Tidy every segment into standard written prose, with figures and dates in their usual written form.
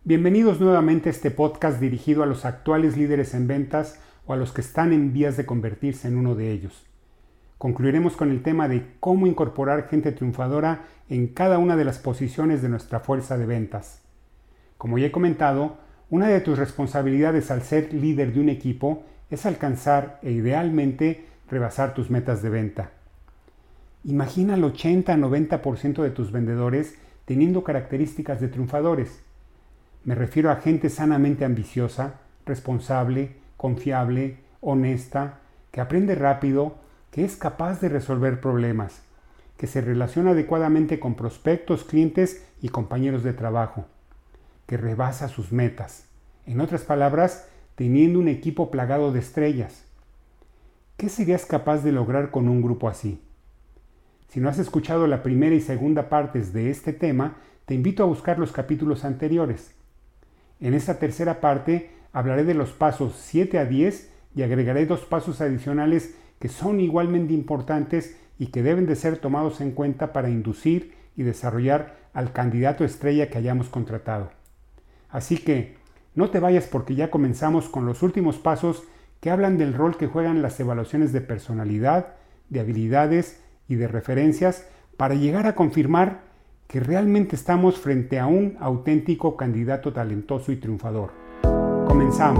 Bienvenidos nuevamente a este podcast dirigido a los actuales líderes en ventas o a los que están en vías de convertirse en uno de ellos. Concluiremos con el tema de cómo incorporar gente triunfadora en cada una de las posiciones de nuestra fuerza de ventas. Como ya he comentado, una de tus responsabilidades al ser líder de un equipo es alcanzar e idealmente rebasar tus metas de venta. Imagina el 80-90% de tus vendedores teniendo características de triunfadores. Me refiero a gente sanamente ambiciosa, responsable, confiable, honesta, que aprende rápido, que es capaz de resolver problemas, que se relaciona adecuadamente con prospectos, clientes y compañeros de trabajo, que rebasa sus metas. En otras palabras, teniendo un equipo plagado de estrellas. ¿Qué serías capaz de lograr con un grupo así? Si no has escuchado la primera y segunda partes de este tema, te invito a buscar los capítulos anteriores. En esta tercera parte hablaré de los pasos 7 a 10 y agregaré 2 pasos adicionales que son igualmente importantes y que deben de ser tomados en cuenta para inducir y desarrollar al candidato estrella que hayamos contratado. Así que no te vayas porque ya comenzamos con los últimos pasos que hablan del rol que juegan las evaluaciones de personalidad, de habilidades y de referencias para llegar a confirmar que realmente estamos frente a un auténtico candidato talentoso y triunfador. Comenzamos.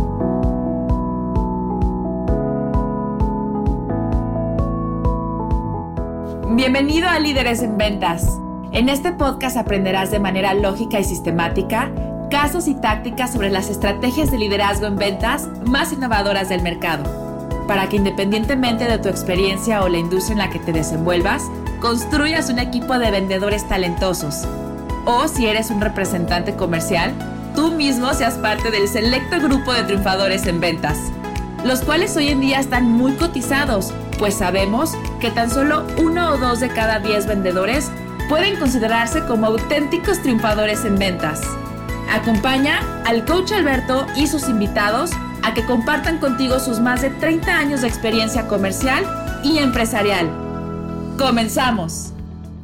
Bienvenido a Líderes en Ventas. En este podcast aprenderás de manera lógica y sistemática casos y tácticas sobre las estrategias de liderazgo en ventas más innovadoras del mercado, para que independientemente de tu experiencia o la industria en la que te desenvuelvas, construyas un equipo de vendedores talentosos. O si eres un representante comercial, tú mismo seas parte del selecto grupo de triunfadores en ventas, los cuales hoy en día están muy cotizados, pues sabemos que tan solo 1 o 2 de cada 10 vendedores pueden considerarse como auténticos triunfadores en ventas. Acompaña al coach Alberto y sus invitados a que compartan contigo sus más de 30 años de experiencia comercial y empresarial. ¡Comenzamos!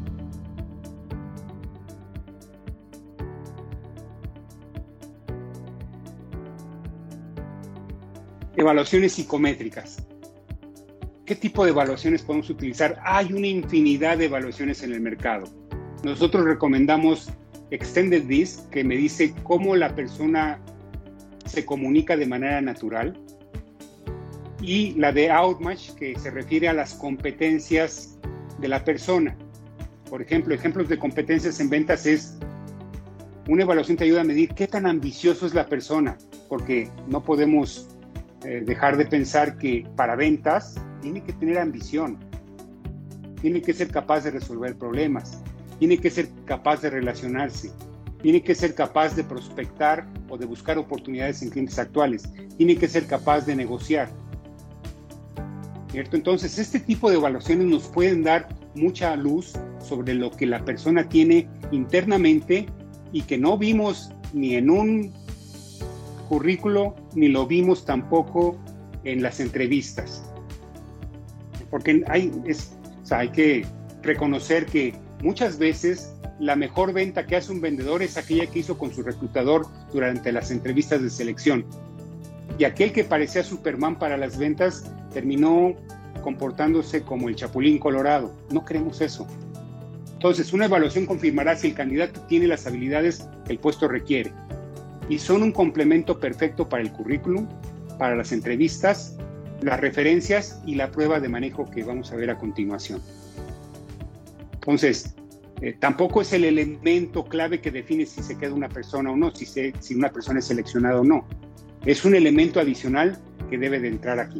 Evaluaciones psicométricas. ¿Qué tipo de evaluaciones podemos utilizar? Hay una infinidad de evaluaciones en el mercado. Nosotros recomendamos Extended DISC, que me dice cómo la persona se comunica de manera natural, y la de Outmatch, que se refiere a las competencias de la persona. Por ejemplo, ejemplos de competencias en ventas es una evaluación te ayuda a medir qué tan ambicioso es la persona, porque no podemos dejar de pensar que para ventas tiene que tener ambición, tiene que ser capaz de resolver problemas, tiene que ser capaz de relacionarse, tiene que ser capaz de prospectar o de buscar oportunidades en clientes actuales, tiene que ser capaz de negociar, ¿cierto? Entonces, este tipo de evaluaciones nos pueden dar mucha luz sobre lo que la persona tiene internamente y que no vimos ni en un currículo, ni lo vimos tampoco en las entrevistas. Porque hay que reconocer que muchas veces la mejor venta que hace un vendedor es aquella que hizo con su reclutador durante las entrevistas de selección. Y aquel que parecía Superman para las ventas terminó comportándose como el Chapulín Colorado. No queremos eso. Entonces, una evaluación confirmará si el candidato tiene las habilidades que el puesto requiere. Y son un complemento perfecto para el currículum, para las entrevistas, las referencias y la prueba de manejo que vamos a ver a continuación. Entonces, tampoco es el elemento clave que define si se queda una persona o no, si una persona es seleccionada o no. Es un elemento adicional que debe de entrar aquí.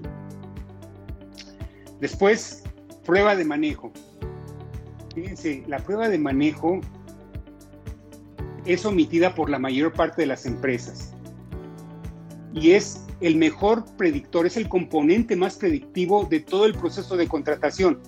Después, prueba de manejo. Fíjense, la prueba de manejo es omitida por la mayor parte de las empresas y es el mejor predictor, es el componente más predictivo de todo el proceso de contratación.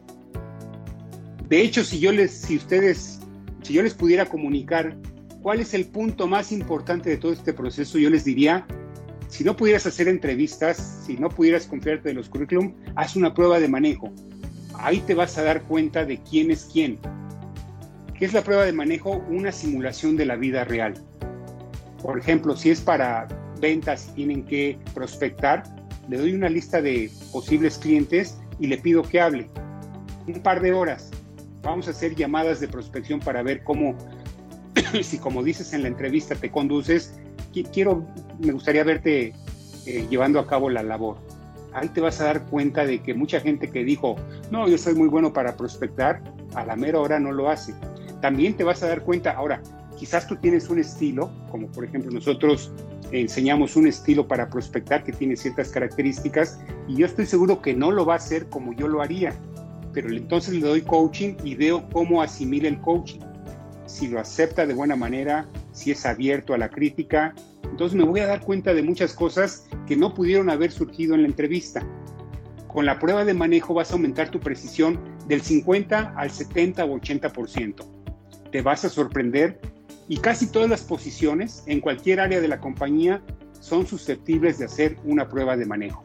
De hecho, si yo les pudiera comunicar cuál es el punto más importante de todo este proceso, yo les diría, si no pudieras hacer entrevistas, si no pudieras confiarte de los currículum, haz una prueba de manejo. Ahí te vas a dar cuenta de quién es quién. ¿Qué es la prueba de manejo? Una simulación de la vida real. Por ejemplo, si es para ventas y tienen que prospectar, le doy una lista de posibles clientes y le pido que hable. Un par de horas. Vamos a hacer llamadas de prospección para ver cómo, si como dices en la entrevista te conduces, me gustaría verte llevando a cabo la labor. Ahí te vas a dar cuenta de que mucha gente que dijo, no, yo soy muy bueno para prospectar, a la mera hora no lo hace. También te vas a dar cuenta, ahora, quizás tú tienes un estilo, como por ejemplo nosotros enseñamos un estilo para prospectar que tiene ciertas características y yo estoy seguro que no lo va a hacer como yo lo haría, pero entonces le doy coaching y veo cómo asimila el coaching, si lo acepta de buena manera, si es abierto a la crítica. Entonces me voy a dar cuenta de muchas cosas que no pudieron haber surgido en la entrevista. Con la prueba de manejo vas a aumentar tu precisión del 50 al 70 o 80%. Te vas a sorprender y casi todas las posiciones en cualquier área de la compañía son susceptibles de hacer una prueba de manejo.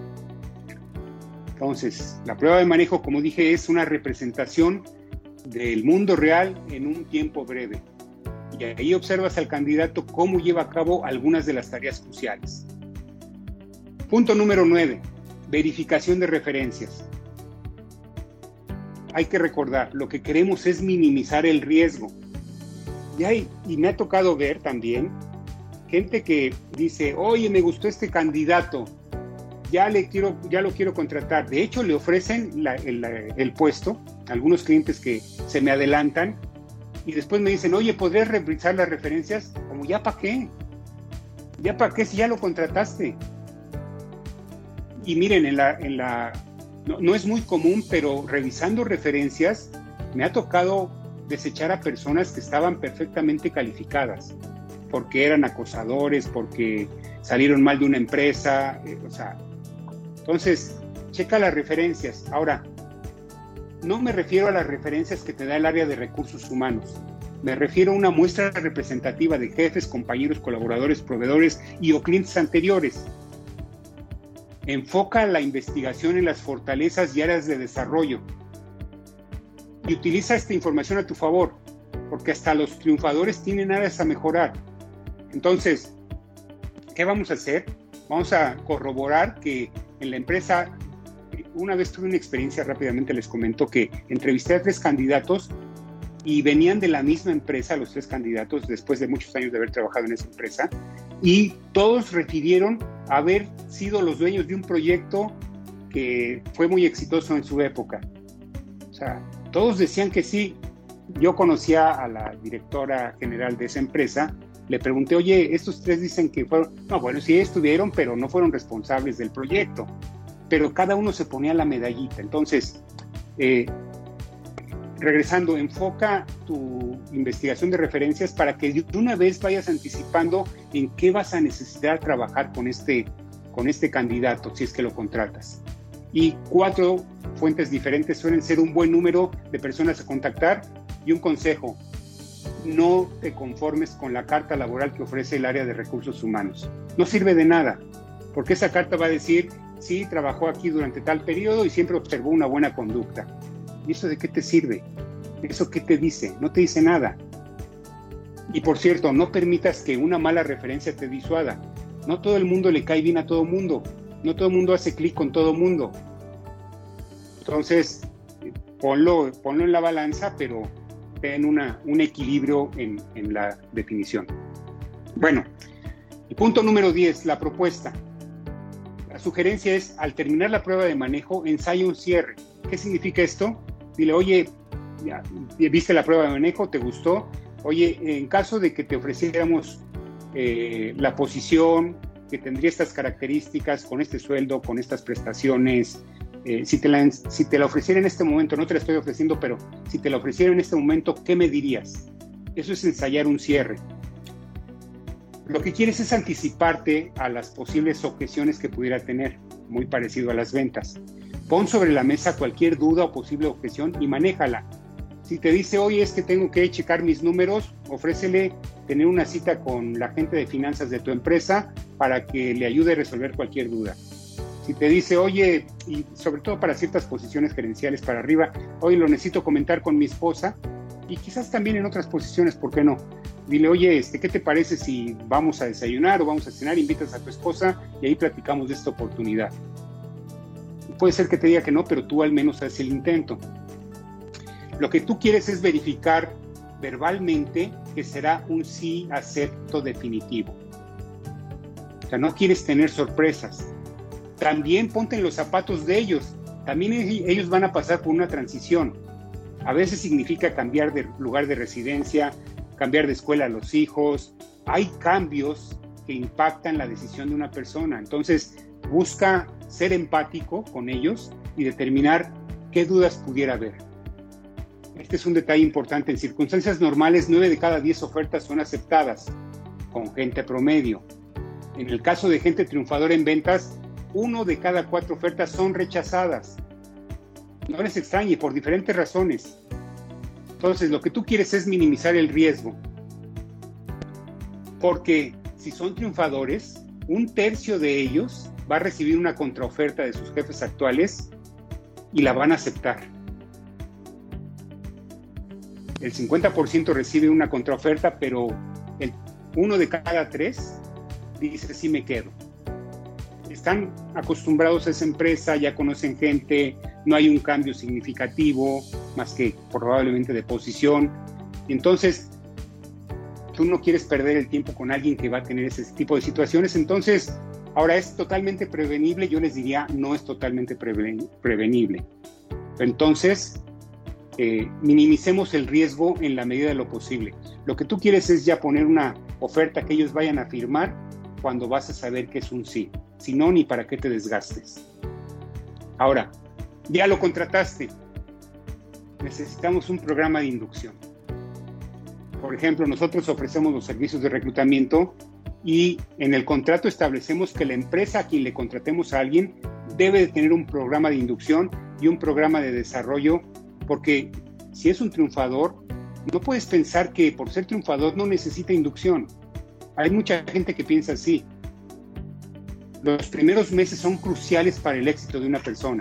Entonces, la prueba de manejo, como dije, es una representación del mundo real en un tiempo breve. Y ahí observas al candidato cómo lleva a cabo algunas de las tareas cruciales. Punto número 9. Verificación de referencias. Hay que recordar, lo que queremos es minimizar el riesgo. Y me ha tocado ver también gente que dice, oye, me gustó este candidato, ya lo quiero contratar. De hecho, le ofrecen el puesto a algunos clientes que se me adelantan y después me dicen, oye, ¿podrías revisar las referencias? Como, ¿ya para qué? ¿Ya para qué si ya lo contrataste? Y miren, no es muy común, pero revisando referencias, me ha tocado desechar a personas que estaban perfectamente calificadas, porque eran acosadores, porque salieron mal de una empresa, entonces, checa las referencias. Ahora, no me refiero a las referencias que te da el área de recursos humanos, me refiero a una muestra representativa de jefes, compañeros, colaboradores, proveedores y o clientes anteriores. Enfoca la investigación en las fortalezas y áreas de desarrollo. Y utiliza esta información a tu favor, porque hasta los triunfadores tienen áreas a mejorar. Entonces, ¿qué vamos a hacer? Vamos a corroborar que en la empresa, una vez tuve una experiencia, rápidamente les comento, que entrevisté a 3 candidatos y venían de la misma empresa, los 3 candidatos, después de muchos años de haber trabajado en esa empresa, y todos refirieron haber sido los dueños de un proyecto que fue muy exitoso en su época. O sea, todos decían que sí. Yo conocía a la directora general de esa empresa, le pregunté, oye, estos 3 dicen que fueron, no, bueno, sí estuvieron, pero no fueron responsables del proyecto, pero cada uno se ponía la medallita. Entonces, regresando, enfoca tu investigación de referencias para que de una vez vayas anticipando en qué vas a necesitar trabajar con este candidato, si es que lo contratas. Y 4 fuentes diferentes suelen ser un buen número de personas a contactar. Y un consejo, no te conformes con la carta laboral que ofrece el área de recursos humanos. No sirve de nada, porque esa carta va a decir, sí, trabajó aquí durante tal periodo y siempre observó una buena conducta. ¿Y eso de qué te sirve? ¿Eso qué te dice? No te dice nada. Y por cierto, no permitas que una mala referencia te disuada. No todo el mundo le cae bien a todo mundo. No todo el mundo hace clic con todo el mundo. Entonces, ponlo en la balanza, pero ten un equilibrio en la definición. Bueno, el punto número 10, la propuesta. La sugerencia es, al terminar la prueba de manejo, ensaya un cierre. ¿Qué significa esto? Dile, oye, ya, ¿viste la prueba de manejo? ¿Te gustó? Oye, en caso de que te ofreciéramos la posición que tendría estas características, con este sueldo, con estas prestaciones, si te la ofreciera en este momento, no te la estoy ofreciendo, pero si te la ofreciera en este momento, ¿qué me dirías? Eso es ensayar un cierre. Lo que quieres es anticiparte a las posibles objeciones que pudiera tener, muy parecido a las ventas. Pon sobre la mesa cualquier duda o posible objeción y manéjala. Si te dice, oye, es que tengo que checar mis números, ofrécele tener una cita con la gente de finanzas de tu empresa para que le ayude a resolver cualquier duda. Si te dice, oye, y sobre todo para ciertas posiciones gerenciales para arriba, oye, lo necesito comentar con mi esposa, y quizás también en otras posiciones, ¿por qué no? Dile, oye, ¿qué te parece si vamos a desayunar o vamos a cenar? Invitas a tu esposa y ahí platicamos de esta oportunidad. Puede ser que te diga que no, pero tú al menos haces el intento. Lo que tú quieres es verificar verbalmente que será un sí acepto definitivo. O sea, no quieres tener sorpresas. También ponte en los zapatos de ellos. También ellos van a pasar por una transición. A veces significa cambiar de lugar de residencia, cambiar de escuela a los hijos. Hay cambios que impactan la decisión de una persona. Entonces, busca ser empático con ellos y determinar qué dudas pudiera haber. Este es un detalle importante. En circunstancias normales, 9 de cada 10 ofertas son aceptadas con gente promedio. En el caso de gente triunfadora en ventas, 1 de cada 4 ofertas son rechazadas. No les extrañe, por diferentes razones. Entonces, lo que tú quieres es minimizar el riesgo. Porque si son triunfadores, 1/3 de ellos va a recibir una contraoferta de sus jefes actuales y la van a aceptar. El 50% recibe una contraoferta, pero 1 de cada 3 dice, sí me quedo. Están acostumbrados a esa empresa, ya conocen gente, no hay un cambio significativo, más que probablemente de posición. Entonces, tú no quieres perder el tiempo con alguien que va a tener ese tipo de situaciones. Entonces, ahora, ¿es totalmente prevenible? Yo les diría, no es totalmente prevenible. Entonces, minimicemos el riesgo en la medida de lo posible. Lo que tú quieres es ya poner una oferta que ellos vayan a firmar cuando vas a saber que es un sí. Si no, ni para qué te desgastes. Ahora, ya lo contrataste. Necesitamos un programa de inducción. Por ejemplo, nosotros ofrecemos los servicios de reclutamiento y en el contrato establecemos que la empresa a quien le contratemos a alguien debe de tener un programa de inducción y un programa de desarrollo, porque si es un triunfador, no puedes pensar que por ser triunfador no necesita inducción. Hay mucha gente que piensa así. Los primeros meses son cruciales para el éxito de una persona.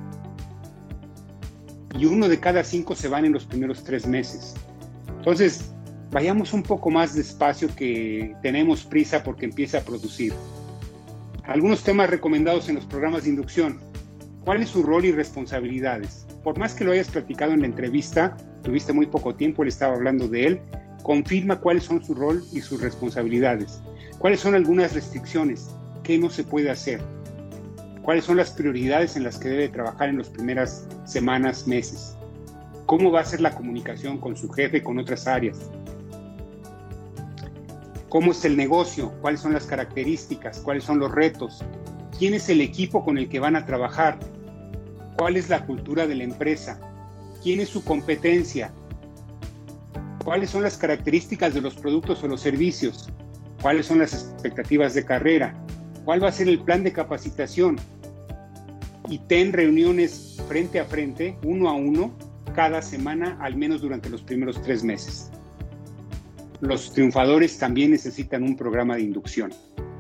Y 1 de cada 5 se van en los primeros 3 meses. Entonces, vayamos un poco más despacio, que tenemos prisa porque empieza a producir. Algunos temas recomendados en los programas de inducción. ¿Cuál es su rol y responsabilidades? Por más que lo hayas platicado en la entrevista, tuviste muy poco tiempo, él estaba hablando de él, confirma cuáles son su rol y sus responsabilidades. ¿Cuáles son algunas restricciones? ¿Qué no se puede hacer? ¿Cuáles son las prioridades en las que debe trabajar en las primeras semanas, meses? ¿Cómo va a ser la comunicación con su jefe y con otras áreas? ¿Cómo es el negocio? ¿Cuáles son las características? ¿Cuáles son los retos? ¿Quién es el equipo con el que van a trabajar? ¿Cuál es la cultura de la empresa? ¿Quién es su competencia? ¿Cuáles son las características de los productos o los servicios? ¿Cuáles son las expectativas de carrera? ¿Cuál va a ser el plan de capacitación? Y ten reuniones frente a frente, 1 a 1, cada semana, al menos durante los primeros 3 meses. Los triunfadores también necesitan un programa de inducción.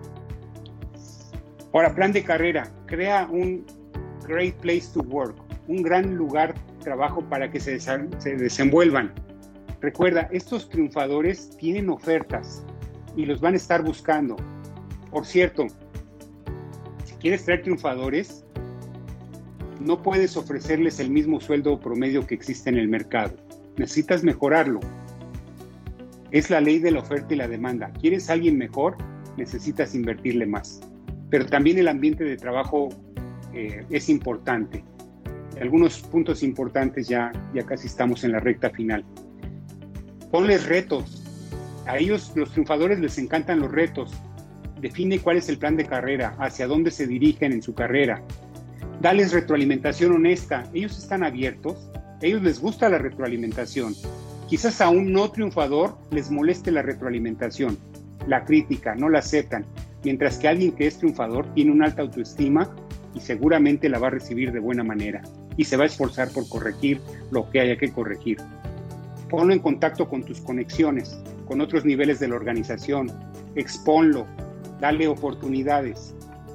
Ahora, plan de carrera. Crea un great place to work, un gran lugar de trabajo para que se desenvuelvan. Recuerda, estos triunfadores tienen ofertas y los van a estar buscando. Por cierto, si quieres traer triunfadores, no puedes ofrecerles el mismo sueldo promedio que existe en el mercado. Necesitas mejorarlo. Es la ley de la oferta y la demanda. ¿Quieres a alguien mejor? Necesitas invertirle más. Pero también el ambiente de trabajo es importante. Algunos puntos importantes, ya casi estamos en la recta final. Ponles retos. A ellos, los triunfadores, les encantan los retos. Define cuál es el plan de carrera, hacia dónde se dirigen en su carrera. Dales retroalimentación honesta. Ellos están abiertos. A ellos les gusta la retroalimentación. Quizás a un no triunfador les moleste la retroalimentación, la crítica, no la aceptan. Mientras que alguien que es triunfador tiene una alta autoestima y seguramente la va a recibir de buena manera y se va a esforzar por corregir lo que haya que corregir. Ponlo en contacto con tus conexiones, con otros niveles de la organización, expónlo, dale oportunidades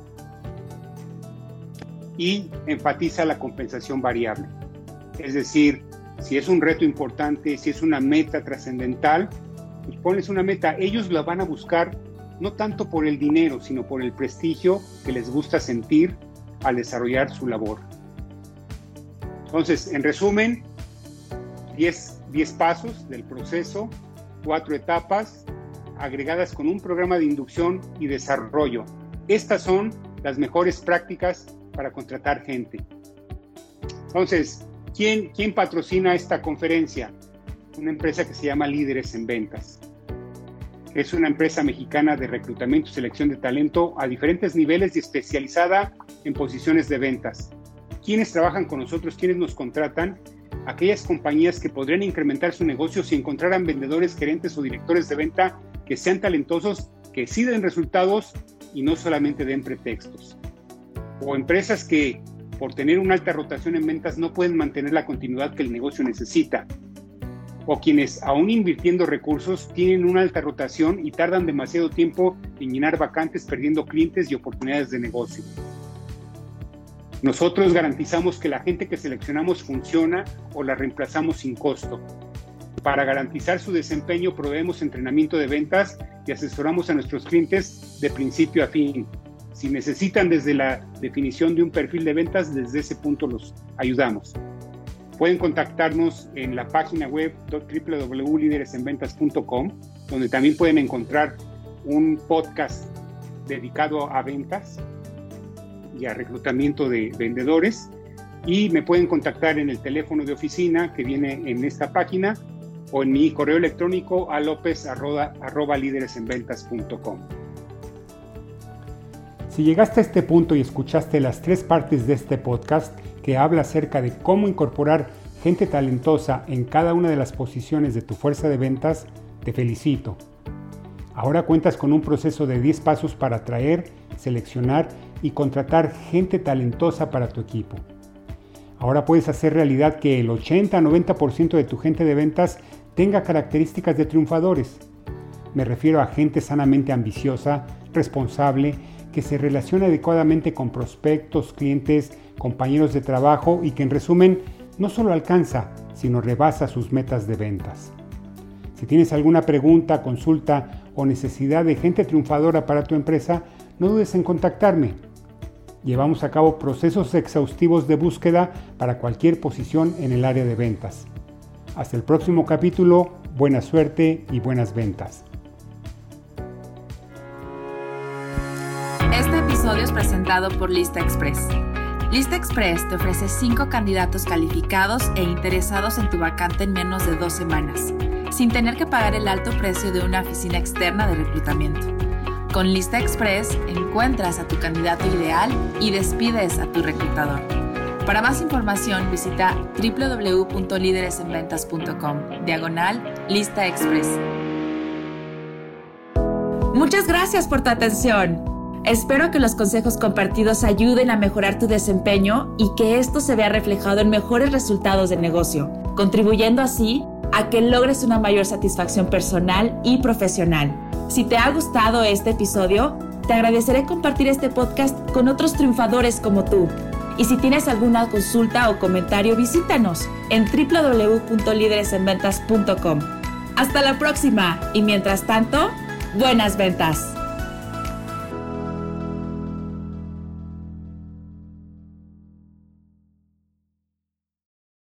y enfatiza la compensación variable. Es decir, si es un reto importante, si es una meta trascendental, pues ponles una meta. Ellos la van a buscar no tanto por el dinero, sino por el prestigio que les gusta sentir al desarrollar su labor. Entonces, en resumen, 10 pasos del proceso, 4 etapas, agregadas con un programa de inducción y desarrollo. Estas son las mejores prácticas para contratar gente. Entonces, ¿quién patrocina esta conferencia? Una empresa que se llama Líderes en Ventas. Es una empresa mexicana de reclutamiento y selección de talento a diferentes niveles y especializada en posiciones de ventas. ¿Quiénes trabajan con nosotros? ¿Quiénes nos contratan? Aquellas compañías que podrían incrementar su negocio si encontraran vendedores, gerentes o directores de venta que sean talentosos, que sí den resultados y no solamente den pretextos. O empresas que, por tener una alta rotación en ventas, no pueden mantener la continuidad que el negocio necesita. O quienes, aún invirtiendo recursos, tienen una alta rotación y tardan demasiado tiempo en llenar vacantes, perdiendo clientes y oportunidades de negocio. Nosotros garantizamos que la gente que seleccionamos funciona o la reemplazamos sin costo. Para garantizar su desempeño, proveemos entrenamiento de ventas y asesoramos a nuestros clientes de principio a fin. Si necesitan desde la definición de un perfil de ventas, desde ese punto los ayudamos. Pueden contactarnos en la página web www.lideresenventas.com, donde también pueden encontrar un podcast dedicado a ventas y a reclutamiento de vendedores. Y me pueden contactar en el teléfono de oficina que viene en esta página o en mi correo electrónico a lopez@lideresenventas.com. Si llegaste a este punto y escuchaste las 3 partes de este podcast que habla acerca de cómo incorporar gente talentosa en cada una de las posiciones de tu fuerza de ventas, te felicito. Ahora cuentas con un proceso de 10 pasos para atraer, seleccionar y contratar gente talentosa para tu equipo. Ahora puedes hacer realidad que el 80-90% de tu gente de ventas tenga características de triunfadores. Me refiero a gente sanamente ambiciosa, responsable, que se relaciona adecuadamente con prospectos, clientes, compañeros de trabajo y que en resumen no solo alcanza, sino rebasa sus metas de ventas. Si tienes alguna pregunta, consulta o necesidad de gente triunfadora para tu empresa, no dudes en contactarme. Llevamos a cabo procesos exhaustivos de búsqueda para cualquier posición en el área de ventas. Hasta el próximo capítulo, buena suerte y buenas ventas. Este episodio es presentado por Lista Express. Lista Express te ofrece 5 candidatos calificados e interesados en tu vacante en menos de 2 semanas, sin tener que pagar el alto precio de una oficina externa de reclutamiento. Con Lista Express encuentras a tu candidato ideal y despides a tu reclutador. Para más información visita www.lideresenventas.com/Lista Express. Muchas gracias por tu atención. Espero que los consejos compartidos ayuden a mejorar tu desempeño y que esto se vea reflejado en mejores resultados de negocio, contribuyendo así a que logres una mayor satisfacción personal y profesional. Si te ha gustado este episodio, te agradeceré compartir este podcast con otros triunfadores como tú. Y si tienes alguna consulta o comentario, visítanos en www.lideresenventas.com. Hasta la próxima y mientras tanto, buenas ventas.